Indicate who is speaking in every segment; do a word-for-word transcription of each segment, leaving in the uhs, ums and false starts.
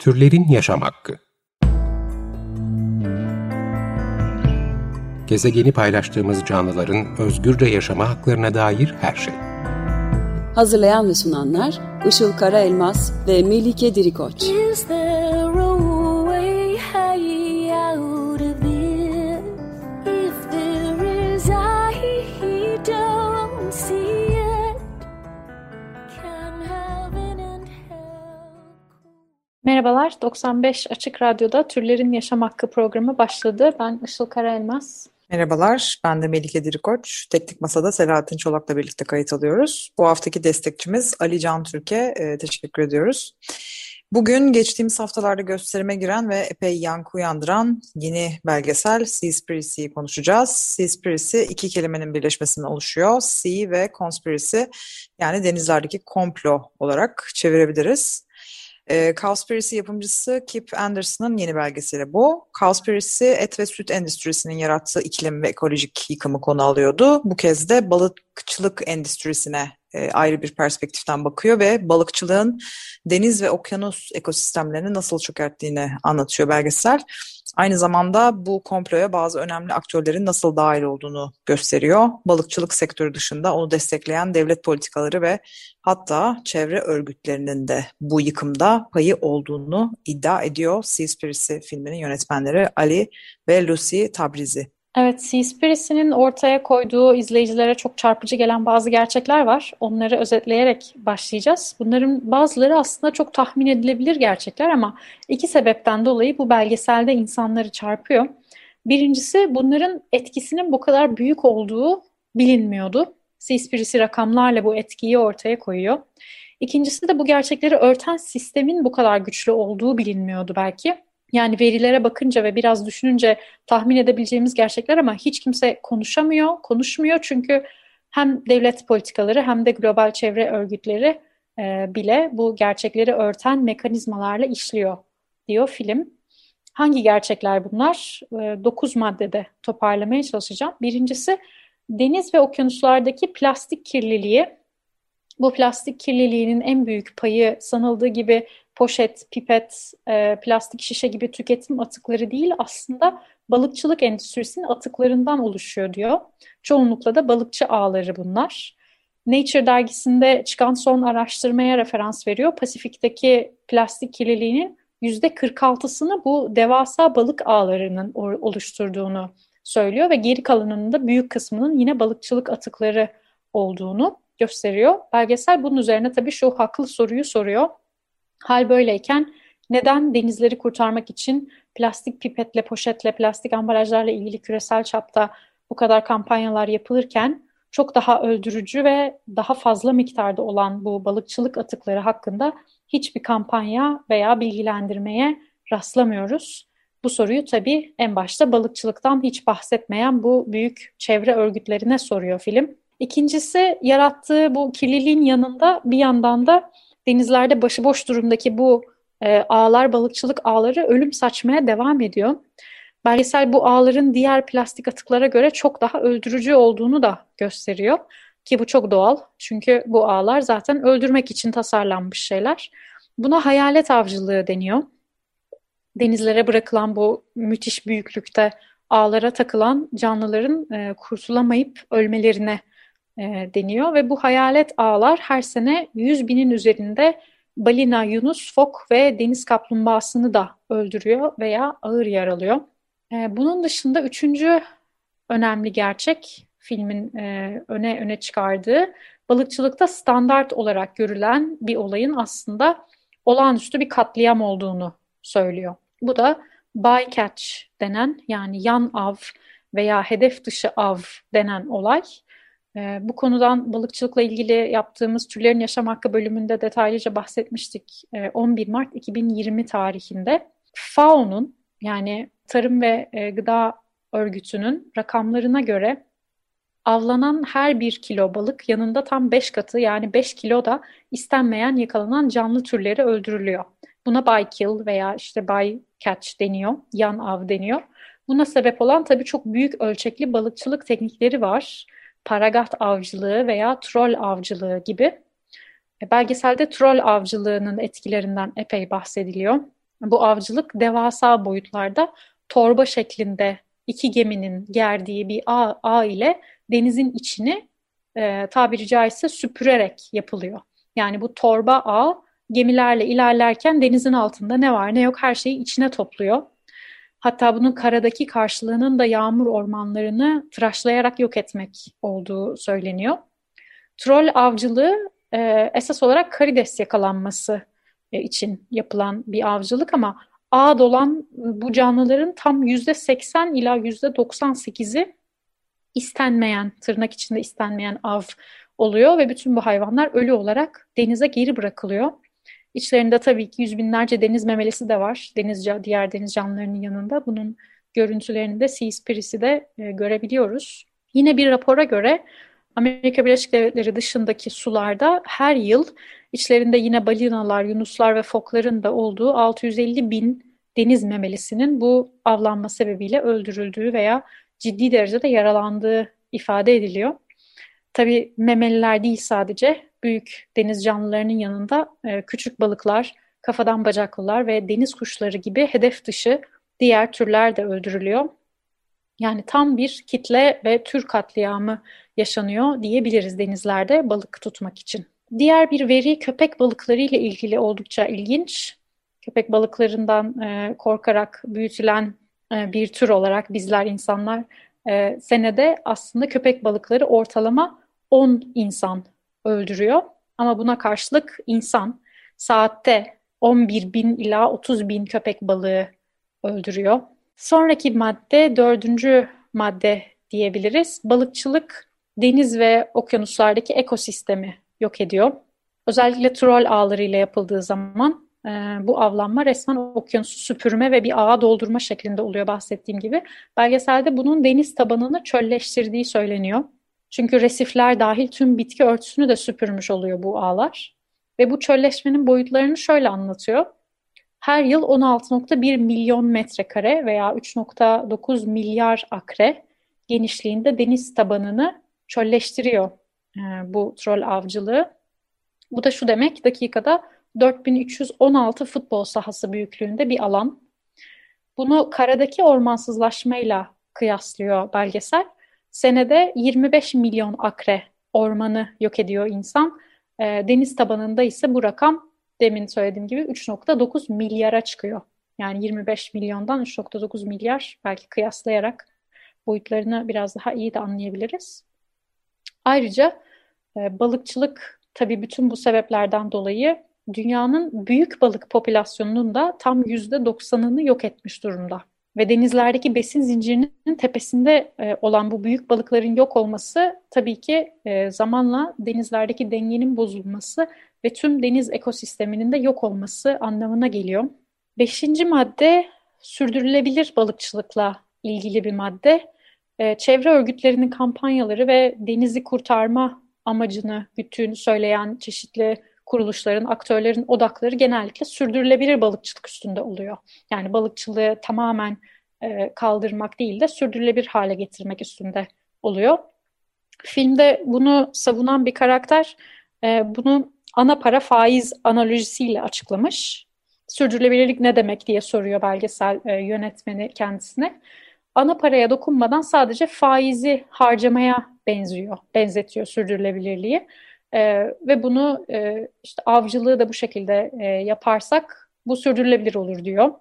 Speaker 1: Türlerin yaşam hakkı. Gezegeni paylaştığımız canlıların özgürce yaşama haklarına dair her şey.
Speaker 2: Hazırlayan ve sunanlar Işıl Karaelmaz ve Melike Dirikoç.
Speaker 3: Merhabalar, doksan beş Açık Radyo'da Türlerin Yaşam Hakkı programı başladı. Ben Işıl Karaelmaz.
Speaker 4: Merhabalar, ben de Melike Dirikoç. Teknik Masa'da Selahattin Çolak'la birlikte kayıt alıyoruz. Bu haftaki destekçimiz Ali Can Türk'e e, teşekkür ediyoruz. Bugün geçtiğimiz haftalarda gösterime giren ve epey yankı uyandıran yeni belgesel Seaspiracy'yi konuşacağız. Seaspiracy iki kelimenin birleşmesinden oluşuyor. Sea ve conspiracy, yani denizlerdeki komplo olarak çevirebiliriz. E, Cowspiracy yapımcısı Kip Anderson'ın yeni belgeseli bu. Cowspiracy, et ve süt endüstrisinin yarattığı iklim ve ekolojik yıkımı konu alıyordu. Bu kez de balıkçılık endüstrisine e, ayrı bir perspektiften bakıyor ve balıkçılığın deniz ve okyanus ekosistemlerini nasıl çökerttiğini anlatıyor belgesel. Aynı zamanda bu komploya bazı önemli aktörlerin nasıl dahil olduğunu gösteriyor. Balıkçılık sektörü dışında onu destekleyen devlet politikaları ve hatta çevre örgütlerinin de bu yıkımda payı olduğunu iddia ediyor Seaspiracy filminin yönetmenleri Ali ve Lucy Tabrizi.
Speaker 3: Evet, Seaspiracy'nin ortaya koyduğu izleyicilere çok çarpıcı gelen bazı gerçekler var. Onları özetleyerek başlayacağız. Bunların bazıları aslında çok tahmin edilebilir gerçekler ama iki sebepten dolayı bu belgeselde insanları çarpıyor. Birincisi, bunların etkisinin bu kadar büyük olduğu bilinmiyordu. Seaspiracy rakamlarla bu etkiyi ortaya koyuyor. İkincisi de bu gerçekleri örten sistemin bu kadar güçlü olduğu bilinmiyordu belki. Yani verilere bakınca ve biraz düşününce tahmin edebileceğimiz gerçekler ama hiç kimse konuşamıyor, konuşmuyor. Çünkü hem devlet politikaları hem de global çevre örgütleri e, bile bu gerçekleri örten mekanizmalarla işliyor diyor film. Hangi gerçekler bunlar? E, dokuz maddede toparlamaya çalışacağım. Birincisi, deniz ve okyanuslardaki plastik kirliliği. Bu plastik kirliliğinin en büyük payı sanıldığı gibi poşet, pipet, e, plastik şişe gibi tüketim atıkları değil, aslında balıkçılık endüstrisinin atıklarından oluşuyor diyor. Çoğunlukla da balıkçı ağları bunlar. Nature dergisinde çıkan son araştırmaya referans veriyor. Pasifik'teki plastik kirliliğinin yüzde kırk altısını bu devasa balık ağlarının oluşturduğunu söylüyor ve geri kalanının da büyük kısmının yine balıkçılık atıkları olduğunu gösteriyor. Belgesel bunun üzerine tabii şu haklı soruyu soruyor. Hal böyleyken neden denizleri kurtarmak için plastik pipetle, poşetle, plastik ambalajlarla ilgili küresel çapta bu kadar kampanyalar yapılırken çok daha öldürücü ve daha fazla miktarda olan bu balıkçılık atıkları hakkında hiçbir kampanya veya bilgilendirmeye rastlamıyoruz? Bu soruyu tabii en başta balıkçılıktan hiç bahsetmeyen bu büyük çevre örgütlerine soruyor film. İkincisi, yarattığı bu kirliliğin yanında bir yandan da denizlerde başıboş durumdaki bu e, ağlar, balıkçılık ağları ölüm saçmaya devam ediyor. Belgesel bu ağların diğer plastik atıklara göre çok daha öldürücü olduğunu da gösteriyor. Ki bu çok doğal, çünkü bu ağlar zaten öldürmek için tasarlanmış şeyler. Buna hayalet avcılığı deniyor. Denizlere bırakılan bu müthiş büyüklükte ağlara takılan canlıların e, kurtulamayıp ölmelerine e, deniyor ve bu hayalet ağlar her sene yüz binin üzerinde balina, yunus, fok ve deniz kaplumbağasını da öldürüyor veya ağır yaralıyor. E, bunun dışında üçüncü önemli gerçek filmin e, öne öne çıkardığı, balıkçılıkta standart olarak görülen bir olayın aslında olağanüstü bir katliam olduğunu söylüyor. Bu da bycatch denen, yani yan av veya hedef dışı av denen olay. Ee, bu konudan balıkçılıkla ilgili yaptığımız Türlerin Yaşam Hakkı bölümünde detaylıca bahsetmiştik. Ee, on bir Mart iki bin yirmi tarihinde F A O'nun, yani Tarım ve e, Gıda Örgütü'nün rakamlarına göre avlanan her bir kilo balık yanında tam beş katı, yani beş kilo da istenmeyen yakalanan canlı türleri öldürülüyor. Buna bykill veya işte bycatch deniyor, yan av deniyor. Buna sebep olan tabii çok büyük ölçekli balıkçılık teknikleri var. Paragat avcılığı veya troll avcılığı gibi. Belgeselde troll avcılığının etkilerinden epey bahsediliyor. bu avcılık devasa boyutlarda torba şeklinde iki geminin gerdiği bir ağ, ağ ile denizin içini e, tabiri caizse süpürerek yapılıyor. Yani bu torba ağ gemilerle ilerlerken denizin altında ne var ne yok her şeyi içine topluyor. Hatta bunun karadaki karşılığının da yağmur ormanlarını tıraşlayarak yok etmek olduğu söyleniyor. Trol avcılığı e, esas olarak karides yakalanması e, için yapılan bir avcılık ama ağa dolan bu canlıların tam yüzde seksen ila yüzde doksan sekizi istenmeyen, tırnak içinde istenmeyen av oluyor ve bütün bu hayvanlar ölü olarak denize geri bırakılıyor. İçlerinde tabii ki yüz binlerce deniz memelisi de var. Deniz, diğer deniz canlılarının yanında. Bunun görüntülerini de Seaspiracy'de de e, görebiliyoruz. Yine bir rapora göre Amerika Birleşik Devletleri dışındaki sularda her yıl içlerinde yine balinalar, yunuslar ve fokların da olduğu altı yüz elli bin deniz memelisinin bu avlanma sebebiyle öldürüldüğü veya ciddi derecede yaralandığı ifade ediliyor. Tabii memeliler değil sadece, büyük deniz canlılarının yanında e, küçük balıklar, kafadan bacaklılar ve deniz kuşları gibi hedef dışı diğer türler de öldürülüyor. Yani tam bir kitle ve tür katliamı yaşanıyor diyebiliriz denizlerde balık tutmak için. Diğer bir veri köpek balıkları ile ilgili oldukça ilginç. Köpek balıklarından e, korkarak büyütülen e, bir tür olarak bizler insanlar e, senede aslında köpek balıkları ortalama on insan öldürüyor. Ama buna karşılık insan saatte on bir bin ila otuz bin köpek balığı öldürüyor. Sonraki madde, dördüncü madde diyebiliriz. Balıkçılık deniz ve okyanuslardaki ekosistemi yok ediyor. Özellikle trol ağlarıyla yapıldığı zaman e, bu avlanma resmen okyanusu süpürme ve bir ağa doldurma şeklinde oluyor bahsettiğim gibi. Belgeselde bunun deniz tabanını çölleştirdiği söyleniyor. Çünkü resifler dahil tüm bitki örtüsünü de süpürmüş oluyor bu ağlar. Ve bu çölleşmenin boyutlarını şöyle anlatıyor. Her yıl on altı nokta bir milyon metrekare veya üç nokta dokuz milyar akre genişliğinde deniz tabanını çölleştiriyor e, bu trol avcılığı. Bu da şu demek, dakikada dört bin üç yüz on altı futbol sahası büyüklüğünde bir alan. Bunu karadaki ormansızlaşmayla kıyaslıyor belgesel. Senede yirmi beş milyon akre ormanı yok ediyor insan. E, deniz tabanında ise bu rakam demin söylediğim gibi üç nokta dokuz milyara çıkıyor. Yani yirmi beş milyondan üç nokta dokuz milyar, belki kıyaslayarak boyutlarını biraz daha iyi de anlayabiliriz. Ayrıca e, balıkçılık tabii bütün bu sebeplerden dolayı dünyanın büyük balık popülasyonunun da tam yüzde doksanını yok etmiş durumda. Ve denizlerdeki besin zincirinin tepesinde e, olan bu büyük balıkların yok olması tabii ki e, zamanla denizlerdeki dengenin bozulması ve tüm deniz ekosisteminin de yok olması anlamına geliyor. Beşinci madde sürdürülebilir balıkçılıkla ilgili bir madde. E, çevre örgütlerinin kampanyaları ve denizi kurtarma amacını güttüğünü söyleyen çeşitli kuruluşların, aktörlerin odakları genellikle sürdürülebilir balıkçılık üstünde oluyor. Yani balıkçılığı tamamen e, kaldırmak değil de sürdürülebilir hale getirmek üstünde oluyor. Filmde bunu savunan bir karakter e, bunu ana para faiz analojisiyle açıklamış. Sürdürülebilirlik ne demek diye soruyor belgesel e, yönetmeni kendisine. Ana paraya dokunmadan sadece faizi harcamaya benziyor, benzetiyor sürdürülebilirliği. Ee, ve bunu e, işte avcılığı da bu şekilde e, yaparsak bu sürdürülebilir olur diyor.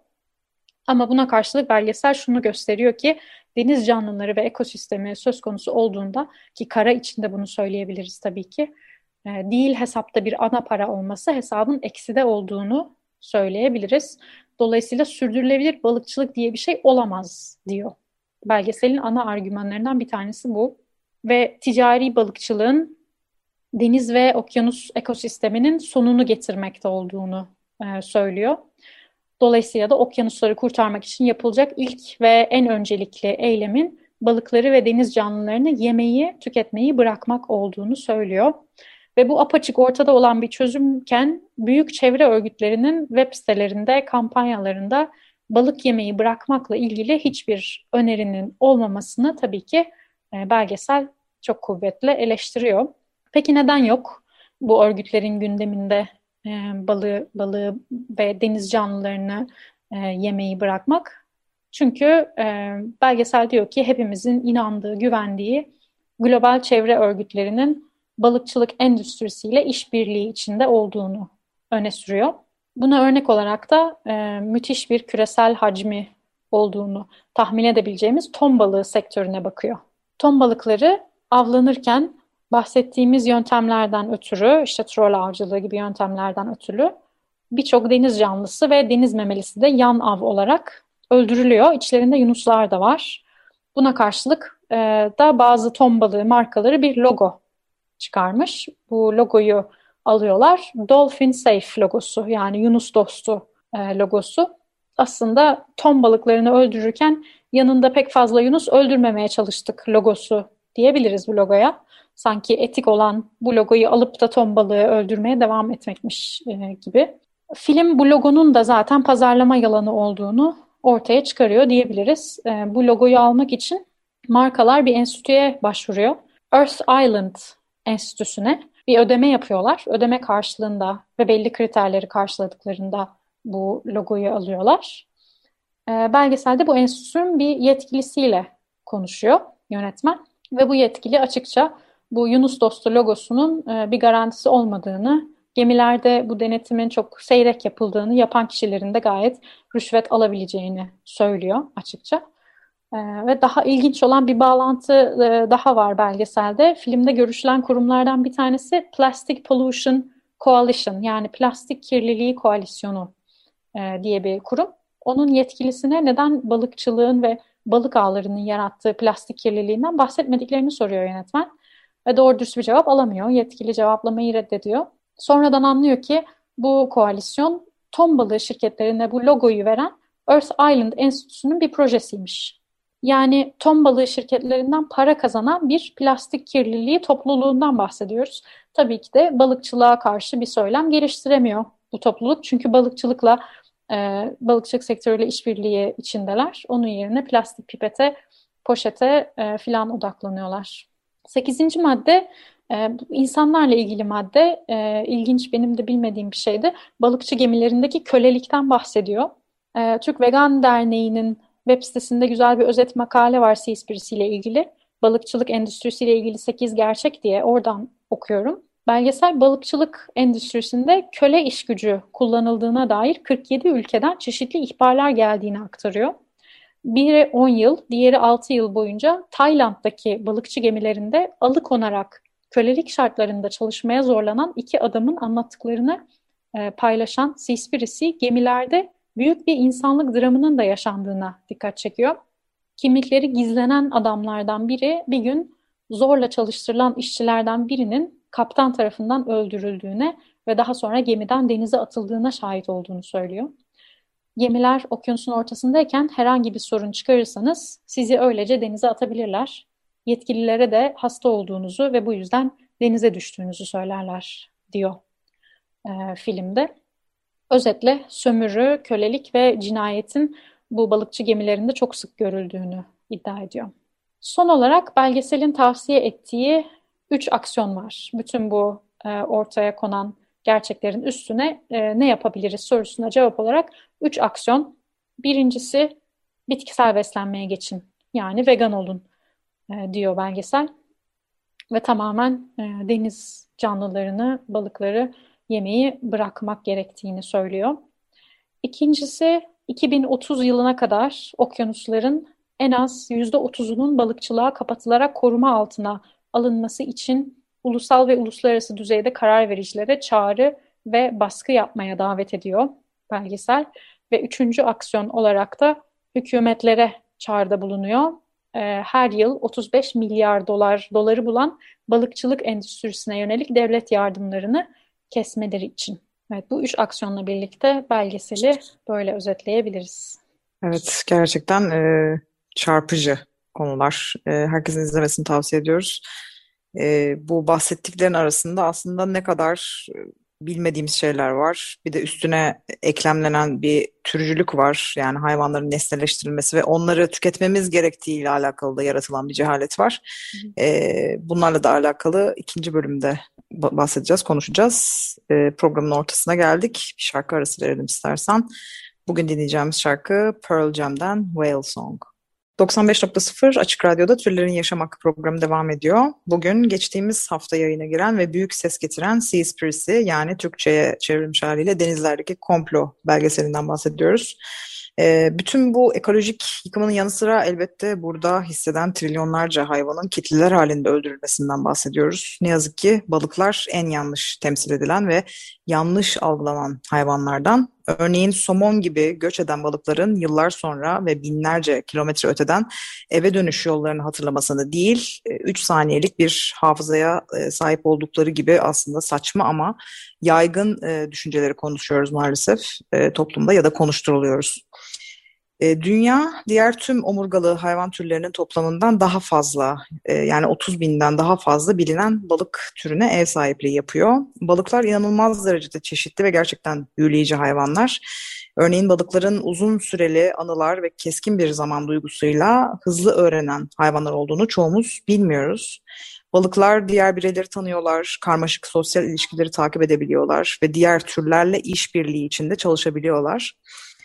Speaker 3: Ama buna karşılık belgesel şunu gösteriyor ki deniz canlıları ve ekosistemi söz konusu olduğunda, ki kara içinde bunu söyleyebiliriz tabii ki, e, değil hesapta bir ana para olması hesabın ekside olduğunu söyleyebiliriz. Dolayısıyla sürdürülebilir balıkçılık diye bir şey olamaz diyor. Belgeselin ana argümanlarından bir tanesi bu. Ve ticari balıkçılığın deniz ve okyanus ekosisteminin sonunu getirmekte olduğunu e, söylüyor. Dolayısıyla da okyanusları kurtarmak için yapılacak ilk ve en öncelikli eylemin balıkları ve deniz canlılarını yemeyi, tüketmeyi bırakmak olduğunu söylüyor. Ve bu apaçık ortada olan bir çözümken büyük çevre örgütlerinin web sitelerinde, kampanyalarında balık yemeyi bırakmakla ilgili hiçbir önerinin olmamasını tabii ki e, belgesel çok kuvvetle eleştiriyor. Peki neden yok bu örgütlerin gündeminde e, balığı, balığı ve deniz canlılarını e, yemeyi bırakmak. Çünkü e, belgesel diyor ki hepimizin inandığı, güvendiği global çevre örgütlerinin balıkçılık endüstrisiyle işbirliği içinde olduğunu öne sürüyor. Buna örnek olarak da e, müthiş bir küresel hacmi olduğunu tahmin edebileceğimiz ton balığı sektörüne bakıyor. Ton balıkları avlanırken bahsettiğimiz yöntemlerden ötürü, işte trol avcılığı gibi yöntemlerden ötürü birçok deniz canlısı ve deniz memelisi de yan av olarak öldürülüyor. İçlerinde yunuslar da var. Buna karşılık e, da bazı ton balığı markaları bir logo çıkarmış. Bu logoyu alıyorlar. Dolphin Safe logosu, yani Yunus dostu e, logosu. Aslında ton balıklarını öldürürken yanında pek fazla yunus öldürmemeye çalıştık logosu diyebiliriz bu logoya. Sanki etik olan bu logoyu alıp da ton balığı öldürmeye devam etmekmiş e, gibi. Film bu logonun da zaten pazarlama yalanı olduğunu ortaya çıkarıyor diyebiliriz. E, bu logoyu almak için markalar bir enstitüye başvuruyor. Earth Island Enstitüsü'ne bir ödeme yapıyorlar. Ödeme karşılığında ve belli kriterleri karşıladıklarında bu logoyu alıyorlar. E, belgeselde bu enstitünün bir yetkilisiyle konuşuyor yönetmen ve bu yetkili açıkça bu Yunus dostu logosunun e, bir garantisi olmadığını, gemilerde bu denetimin çok seyrek yapıldığını, yapan kişilerin de gayet rüşvet alabileceğini söylüyor açıkça. E, ve daha ilginç olan bir bağlantı e, daha var belgeselde. Filmde görüşülen kurumlardan bir tanesi Plastic Pollution Coalition, yani plastik kirliliği koalisyonu e, diye bir kurum. Onun yetkilisine neden balıkçılığın ve balık ağlarının yarattığı plastik kirliliğinden bahsetmediklerini soruyor yönetmen. Ve doğru dürüst bir cevap alamıyor. Yetkili cevaplamayı reddediyor. Sonradan anlıyor ki bu koalisyon ton balığı şirketlerine bu logoyu veren Earth Island Enstitüsü'nün bir projesiymiş. Yani ton balığı şirketlerinden para kazanan bir plastik kirliliği topluluğundan bahsediyoruz. Tabii ki de balıkçılığa karşı bir söylem geliştiremiyor bu topluluk. Çünkü balıkçılıkla, e, balıkçılık sektörüyle işbirliği içindeler. Onun yerine plastik pipete, poşete e, filan odaklanıyorlar. Sekizinci madde e, insanlarla ilgili madde. E, ilginç, benim de bilmediğim bir şeydi. Balıkçı gemilerindeki kölelikten bahsediyor. E, Türk Vegan Derneği'nin web sitesinde güzel bir özet makale var Seaspiracy ile ilgili. Balıkçılık endüstrisiyle ilgili sekiz gerçek diye, oradan okuyorum. Belgesel balıkçılık endüstrisinde köle işgücü kullanıldığına dair kırk yedi ülkeden çeşitli ihbarlar geldiğini aktarıyor. Biri on yıl, diğeri altı yıl boyunca Tayland'daki balıkçı gemilerinde alıkonarak kölelik şartlarında çalışmaya zorlanan iki adamın anlattıklarını e, paylaşan Seaspiracy, gemilerde büyük bir insanlık dramının da yaşandığına dikkat çekiyor. Kimlikleri gizlenen adamlardan biri bir gün zorla çalıştırılan işçilerden birinin kaptan tarafından öldürüldüğüne ve daha sonra gemiden denize atıldığına şahit olduğunu söylüyor. Gemiler okyanusun ortasındayken herhangi bir sorun çıkarırsanız sizi öylece denize atabilirler. Yetkililere de hasta olduğunuzu ve bu yüzden denize düştüğünüzü söylerler diyor e, filmde. Özetle sömürü, kölelik ve cinayetin bu balıkçı gemilerinde çok sık görüldüğünü iddia ediyor. Son olarak belgeselin tavsiye ettiği üç aksiyon var. Bütün bu e, ortaya konan gerçeklerin üstüne e, ne yapabiliriz sorusuna cevap olarak üç aksiyon. Birincisi, bitkisel beslenmeye geçin. Yani vegan olun e, diyor belgesel. Ve tamamen e, deniz canlılarını, balıkları yemeği bırakmak gerektiğini söylüyor. İkincisi, iki bin otuz yılına kadar okyanusların en az yüzde otuzunun balıkçılığa kapatılarak koruma altına alınması için ulusal ve uluslararası düzeyde karar vericilere çağrı ve baskı yapmaya davet ediyor belgesel. Ve üçüncü aksiyon olarak da hükümetlere çağrıda bulunuyor. Her yıl otuz beş milyar dolar doları bulan balıkçılık endüstrisine yönelik devlet yardımlarını kesmeleri için. Evet, bu üç aksiyonla birlikte belgeseli böyle özetleyebiliriz.
Speaker 4: Evet, gerçekten e, çarpıcı konular. E, herkesin izlemesini tavsiye ediyoruz. E, bu bahsettiklerin arasında aslında ne kadar bilmediğimiz şeyler var. Bir de üstüne eklemlenen bir türcülük var. Yani hayvanların nesneleştirilmesi ve onları tüketmemiz gerektiğiyle alakalı da yaratılan bir cehalet var. E, bunlarla da alakalı ikinci bölümde bahsedeceğiz, konuşacağız. E, programın ortasına geldik. Bir şarkı arası verelim istersen. Bugün dinleyeceğimiz şarkı Pearl Jam'den Whale Song. doksan beş nokta sıfır Açık Radyo'da Türlerin Yaşam Hakkı programı devam ediyor. Bugün geçtiğimiz hafta yayına giren ve büyük ses getiren Seaspiracy, yani Türkçe'ye çevrilmiş haliyle Denizlerdeki Komplo belgeselinden bahsediyoruz. E, bütün bu ekolojik yıkımın yanı sıra elbette burada hisseden trilyonlarca hayvanın kitleler halinde öldürülmesinden bahsediyoruz. Ne yazık ki balıklar en yanlış temsil edilen ve yanlış algılanan hayvanlardan. Örneğin somon gibi göç eden balıkların yıllar sonra ve binlerce kilometre öteden eve dönüş yollarını hatırlamasını değil, üç saniyelik bir hafızaya sahip oldukları gibi aslında saçma ama yaygın düşünceleri konuşuyoruz maalesef toplumda ya da konuşturuluyoruz. Dünya diğer tüm omurgalı hayvan türlerinin toplamından daha fazla, yani otuz binden daha fazla bilinen balık türüne ev sahipliği yapıyor. Balıklar inanılmaz derecede çeşitli ve gerçekten büyüleyici hayvanlar. Örneğin balıkların uzun süreli anılar ve keskin bir zaman duygusuyla hızlı öğrenen hayvanlar olduğunu çoğumuz bilmiyoruz. Balıklar diğer bireyleri tanıyorlar, karmaşık sosyal ilişkileri takip edebiliyorlar ve diğer türlerle işbirliği içinde çalışabiliyorlar.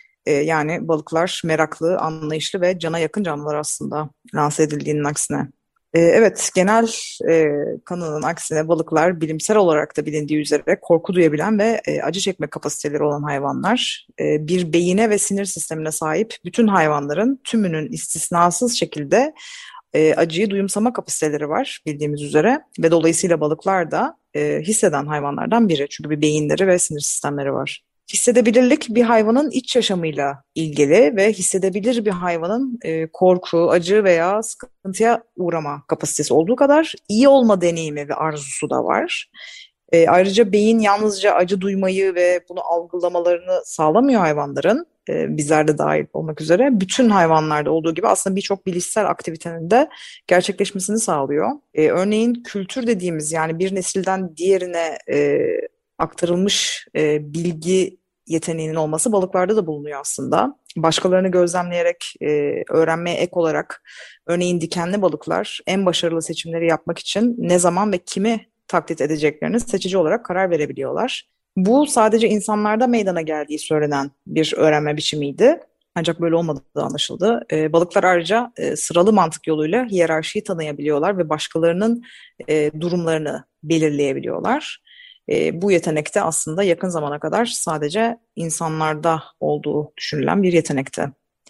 Speaker 4: Yani balıklar meraklı, anlayışlı ve cana yakın canlılar aslında, lanse edildiğinin aksine. Evet, genel e, kanının aksine balıklar bilimsel olarak da bilindiği üzere korku duyabilen ve e, acı çekme kapasiteleri olan hayvanlar. E, bir beyine ve sinir sistemine sahip bütün hayvanların tümünün istisnasız şekilde e, acıyı duyumsama kapasiteleri var bildiğimiz üzere. Ve dolayısıyla balıklar da e, hisseden hayvanlardan biri. Çünkü bir beyinleri ve sinir sistemleri var. Hissedebilirlik bir hayvanın iç yaşamıyla ilgili ve hissedebilir bir hayvanın e, korku, acı veya sıkıntıya uğrama kapasitesi olduğu kadar iyi olma deneyimi ve arzusu da var. E, ayrıca beyin yalnızca acı duymayı ve bunu algılamalarını sağlamıyor hayvanların, e, bizler de dahil olmak üzere. Bütün hayvanlarda olduğu gibi aslında birçok bilişsel aktivitenin de gerçekleşmesini sağlıyor. E, örneğin kültür dediğimiz, yani bir nesilden diğerine e, aktarılmış e, bilgi yeteneğinin olması balıklarda da bulunuyor aslında. Başkalarını gözlemleyerek e, öğrenmeye ek olarak örneğin dikenli balıklar en başarılı seçimleri yapmak için ne zaman ve kimi taklit edeceklerini seçici olarak karar verebiliyorlar. Bu sadece insanlarda meydana geldiği söylenen bir öğrenme biçimiydi. Ancak böyle olmadığı anlaşıldı. E, balıklar ayrıca e, sıralı mantık yoluyla hiyerarşiyi tanıyabiliyorlar ve başkalarının e, durumlarını belirleyebiliyorlar. E, bu yetenekte aslında yakın zamana kadar sadece insanlarda olduğu düşünülen bir yetenekti.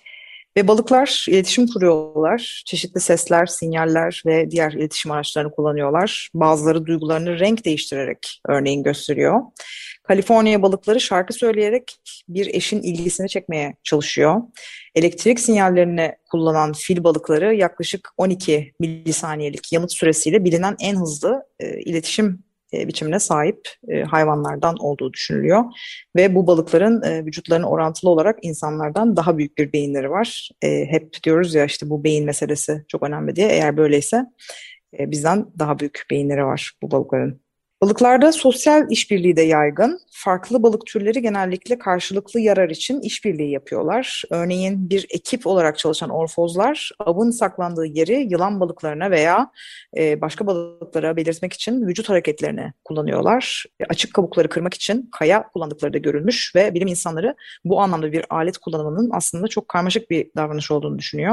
Speaker 4: Ve balıklar iletişim kuruyorlar. Çeşitli sesler, sinyaller ve diğer iletişim araçlarını kullanıyorlar. Bazıları duygularını renk değiştirerek örneğin gösteriyor. Kaliforniya balıkları şarkı söyleyerek bir eşin ilgisini çekmeye çalışıyor. Elektrik sinyallerini kullanan fil balıkları yaklaşık on iki milisaniyelik yanıt süresiyle bilinen en hızlı e, iletişim E, biçimine sahip e, hayvanlardan olduğu düşünülüyor. Ve bu balıkların e, vücutlarının orantılı olarak insanlardan daha büyük bir beyinleri var. E, hep diyoruz ya işte bu beyin meselesi çok önemli diye. Eğer böyleyse e, bizden daha büyük beyinleri var bu balıkların. Balıklarda sosyal işbirliği de yaygın. Farklı balık türleri genellikle karşılıklı yarar için işbirliği yapıyorlar. Örneğin bir ekip olarak çalışan orfozlar avın saklandığı yeri yılan balıklarına veya e, başka balıklara belirtmek için vücut hareketlerini kullanıyorlar. E, açık kabukları kırmak için kaya kullandıkları da görülmüş ve bilim insanları bu anlamda bir alet kullanımının aslında çok karmaşık bir davranış olduğunu düşünüyor.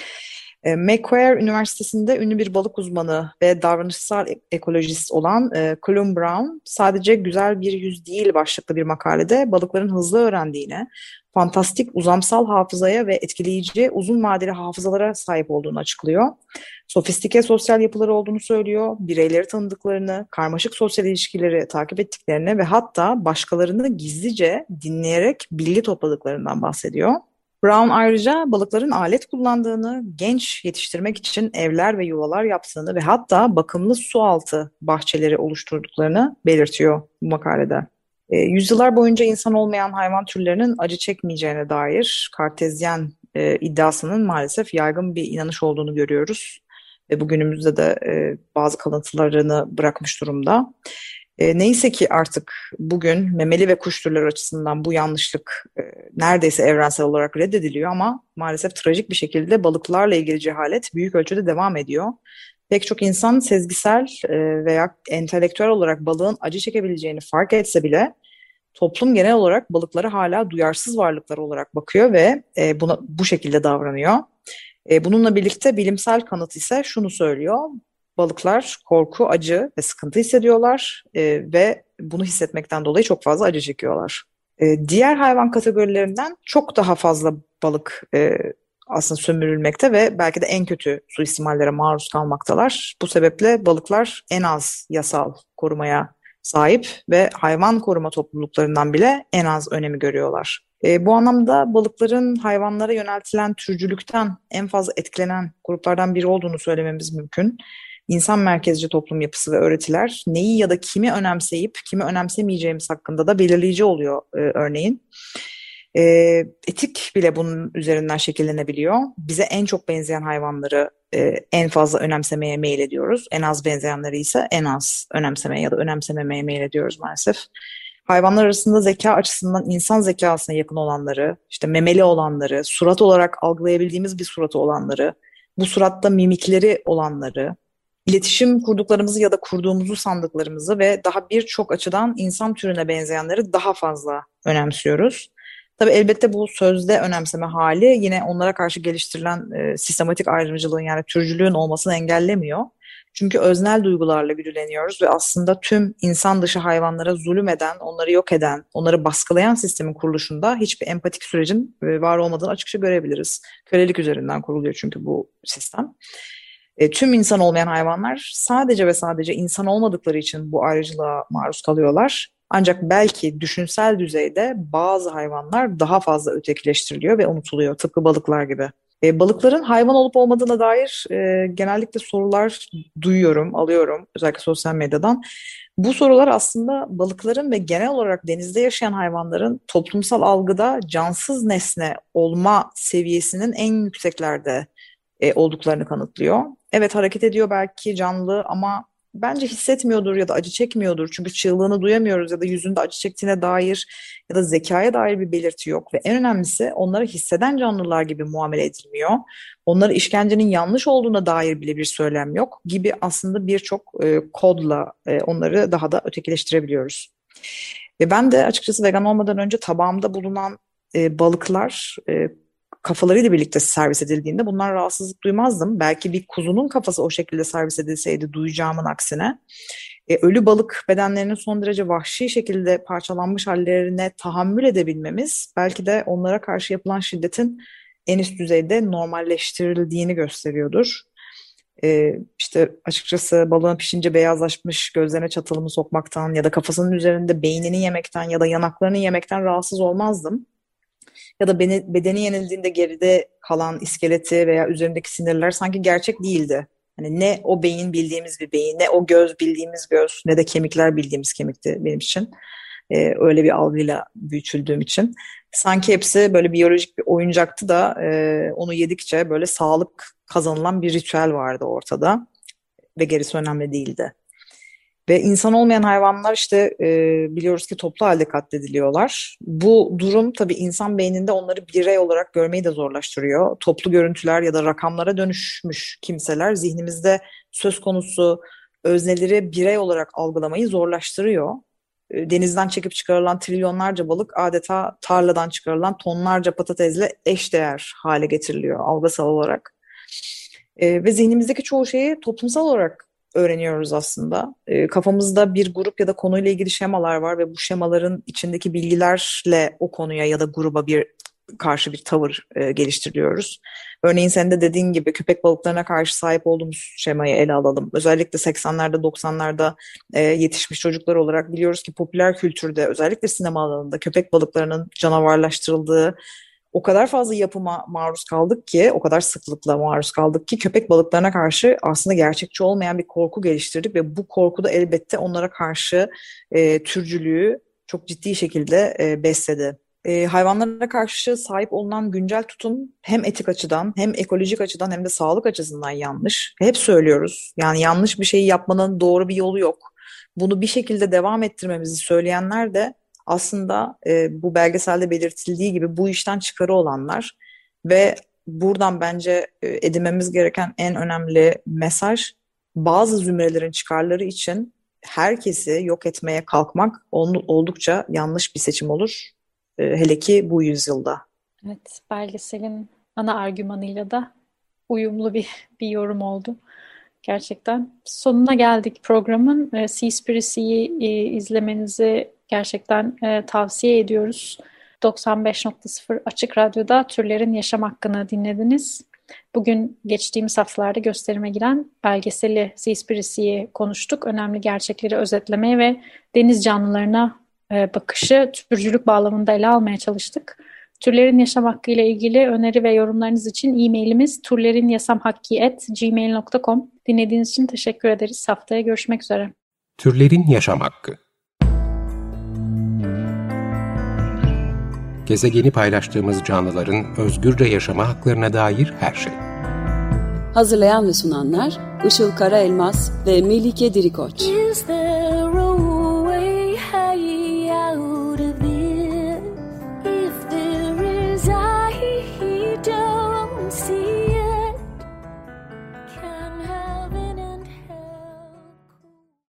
Speaker 4: Macquarie Üniversitesi'nde ünlü bir balık uzmanı ve davranışsal ekolojist olan e, Colum Brown, sadece güzel bir yüz değil başlıklı bir makalede balıkların hızlı öğrendiğini, fantastik uzamsal hafızaya ve etkileyici uzun vadeli hafızalara sahip olduğunu açıklıyor. Sofistike sosyal yapıları olduğunu söylüyor, bireyleri tanıdıklarını, karmaşık sosyal ilişkileri takip ettiklerini ve hatta başkalarını gizlice dinleyerek bilgi topladıklarından bahsediyor. Brown ayrıca balıkların alet kullandığını, genç yetiştirmek için evler ve yuvalar yaptığını ve hatta bakımlı sualtı bahçeleri oluşturduklarını belirtiyor bu makalede. E, yüzyıllar boyunca insan olmayan hayvan türlerinin acı çekmeyeceğine dair Kartezyen e, iddiasının maalesef yaygın bir inanış olduğunu görüyoruz. Ve bugünümüzde de e, bazı kalıntılarını bırakmış durumda. E, neyse ki artık bugün memeli ve kuş türleri açısından bu yanlışlık e, neredeyse evrensel olarak reddediliyor ama maalesef trajik bir şekilde balıklarla ilgili cehalet büyük ölçüde devam ediyor. Pek çok insan sezgisel e, veya entelektüel olarak balığın acı çekebileceğini fark etse bile toplum genel olarak balıkları hala duyarsız varlıklar olarak bakıyor ve e, buna bu şekilde davranıyor. E, bununla birlikte bilimsel kanıt ise şunu söylüyor: balıklar korku, acı ve sıkıntı hissediyorlar e, ve bunu hissetmekten dolayı çok fazla acı çekiyorlar. E, diğer hayvan kategorilerinden çok daha fazla balık e, aslında sömürülmekte ve belki de en kötü suistimallere maruz kalmaktalar. Bu sebeple balıklar en az yasal korumaya sahip ve hayvan koruma topluluklarından bile en az önemi görüyorlar. E, bu anlamda balıkların hayvanlara yöneltilen türcülükten en fazla etkilenen gruplardan biri olduğunu söylememiz mümkün. İnsan merkezci toplum yapısı ve öğretiler neyi ya da kimi önemseyip kimi önemsemeyeceğimiz hakkında da belirleyici oluyor e, örneğin. E, etik bile bunun üzerinden şekillenebiliyor. Bize en çok benzeyen hayvanları e, en fazla önemsemeye meylediyoruz. En az benzeyenleri ise en az önemsemeye ya da önemsememeye meylediyoruz maalesef. Hayvanlar arasında zeka açısından insan zekasına yakın olanları, işte memeli olanları, surat olarak algılayabildiğimiz bir suratı olanları, bu suratta mimikleri olanları, iletişim kurduklarımızı ya da kurduğumuzu sandıklarımızı ve daha birçok açıdan insan türüne benzeyenleri daha fazla önemsiyoruz. Tabii elbette bu sözde önemseme hali yine onlara karşı geliştirilen e, sistematik ayrımcılığın, yani türcülüğün olmasını engellemiyor. Çünkü öznel duygularla güdüleniyoruz ve aslında tüm insan dışı hayvanlara zulüm eden, onları yok eden, onları baskılayan sistemin kuruluşunda hiçbir empatik sürecin e, var olmadığını açıkça görebiliriz. Kölelik üzerinden kuruluyor çünkü bu sistem. E, tüm insan olmayan hayvanlar sadece ve sadece insan olmadıkları için bu ayrıcalığa maruz kalıyorlar. Ancak belki düşünsel düzeyde bazı hayvanlar daha fazla ötekileştiriliyor ve unutuluyor, tıpkı balıklar gibi. E, balıkların hayvan olup olmadığına dair e, genellikle sorular duyuyorum, alıyorum özellikle sosyal medyadan. Bu sorular aslında balıkların ve genel olarak denizde yaşayan hayvanların toplumsal algıda cansız nesne olma seviyesinin en yükseklerde e, olduklarını kanıtlıyor. Evet, hareket ediyor belki canlı ama bence hissetmiyordur ya da acı çekmiyordur. Çünkü çığlığını duyamıyoruz ya da yüzünde acı çektiğine dair ya da zekaya dair bir belirti yok. Ve en önemlisi onları hisseden canlılar gibi muamele edilmiyor. Onlara işkencenin yanlış olduğuna dair bile bir söylem yok gibi aslında birçok e, kodla e, onları daha da ötekileştirebiliyoruz. Ve ben de açıkçası vegan olmadan önce tabağımda bulunan e, balıklar e, kafalarıyla birlikte servis edildiğinde bundan rahatsızlık duymazdım. Belki bir kuzunun kafası o şekilde servis edilseydi duyacağımın aksine. E, ölü balık bedenlerinin son derece vahşi şekilde parçalanmış hallerine tahammül edebilmemiz belki de onlara karşı yapılan şiddetin en üst düzeyde normalleştirildiğini gösteriyordur. E, işte açıkçası balığın pişince beyazlaşmış gözlerine çatalımı sokmaktan ya da kafasının üzerinde beynini yemekten ya da yanaklarını yemekten rahatsız olmazdım. Ya da beni, bedeni yenildiğinde geride kalan iskeleti veya üzerindeki sinirler sanki gerçek değildi. Hani ne o beyin bildiğimiz bir beyin, ne o göz bildiğimiz göz, ne de kemikler bildiğimiz kemikti benim için. Ee, öyle bir algıyla büyütüldüğüm için. Sanki hepsi böyle biyolojik bir oyuncaktı da e, onu yedikçe böyle sağlık kazanılan bir ritüel vardı ortada. Ve gerisi önemli değildi. Ve insan olmayan hayvanlar işte e, biliyoruz ki toplu halde katlediliyorlar. Bu durum tabii insan beyninde onları birey olarak görmeyi de zorlaştırıyor. Toplu görüntüler ya da rakamlara dönüşmüş kimseler zihnimizde söz konusu özneleri birey olarak algılamayı zorlaştırıyor. E, denizden çekip çıkarılan trilyonlarca balık adeta tarladan çıkarılan tonlarca patatesle eşdeğer hale getiriliyor algısal olarak. E, ve zihnimizdeki çoğu şeyi toplumsal olarak öğreniyoruz aslında. E, kafamızda bir grup ya da konuyla ilgili şemalar var ve bu şemaların içindeki bilgilerle o konuya ya da gruba bir karşı bir tavır e, geliştiriyoruz. Örneğin senin de dediğin gibi köpek balıklarına karşı sahip olduğumuz şemayı ele alalım. Özellikle seksenlerde doksanlarda e, yetişmiş çocuklar olarak biliyoruz ki popüler kültürde özellikle sinema alanında köpek balıklarının canavarlaştırıldığı o kadar fazla yapıma maruz kaldık ki, o kadar sıklıkla maruz kaldık ki köpek balıklarına karşı aslında gerçekçi olmayan bir korku geliştirdik ve bu korku da elbette onlara karşı e, türcülüğü çok ciddi şekilde e, besledi. E, hayvanlara karşı sahip olunan güncel tutum hem etik açıdan hem ekolojik açıdan hem de sağlık açısından yanlış. Hep söylüyoruz. Yani yanlış bir şeyi yapmanın doğru bir yolu yok. Bunu bir şekilde devam ettirmemizi söyleyenler de aslında e, bu belgeselde belirtildiği gibi bu işten çıkarı olanlar ve buradan bence e, edinmemiz gereken en önemli mesaj bazı zümrelerin çıkarları için herkesi yok etmeye kalkmak oldukça yanlış bir seçim olur. Hele ki bu yüzyılda.
Speaker 3: Evet, belgeselin ana argümanıyla da uyumlu bir, bir yorum oldu. Gerçekten sonuna geldik programın. Seaspiracy'yi izlemenizi gerçekten tavsiye ediyoruz. doksan beş nokta sıfır Açık Radyo'da Türlerin Yaşam Hakkını dinlediniz. Bugün geçtiğimiz haftalarda gösterime giren belgeseli Seaspiracy'yi konuştuk. Önemli gerçekleri özetlemeye ve deniz canlılarına bakışı türcülük bağlamında ele almaya çalıştık. Türlerin Yaşam Hakkı ile ilgili öneri ve yorumlarınız için e-mailimiz turlerinyasamhakki at gmail nokta com. Dinlediğiniz için teşekkür ederiz. Haftaya görüşmek üzere.
Speaker 1: Türlerin Yaşam Hakkı. Gezegeni paylaştığımız canlıların özgürce yaşama haklarına dair her şey.
Speaker 2: Hazırlayan ve sunanlar Işıl Karaelmaz ve Melike Dirikoç.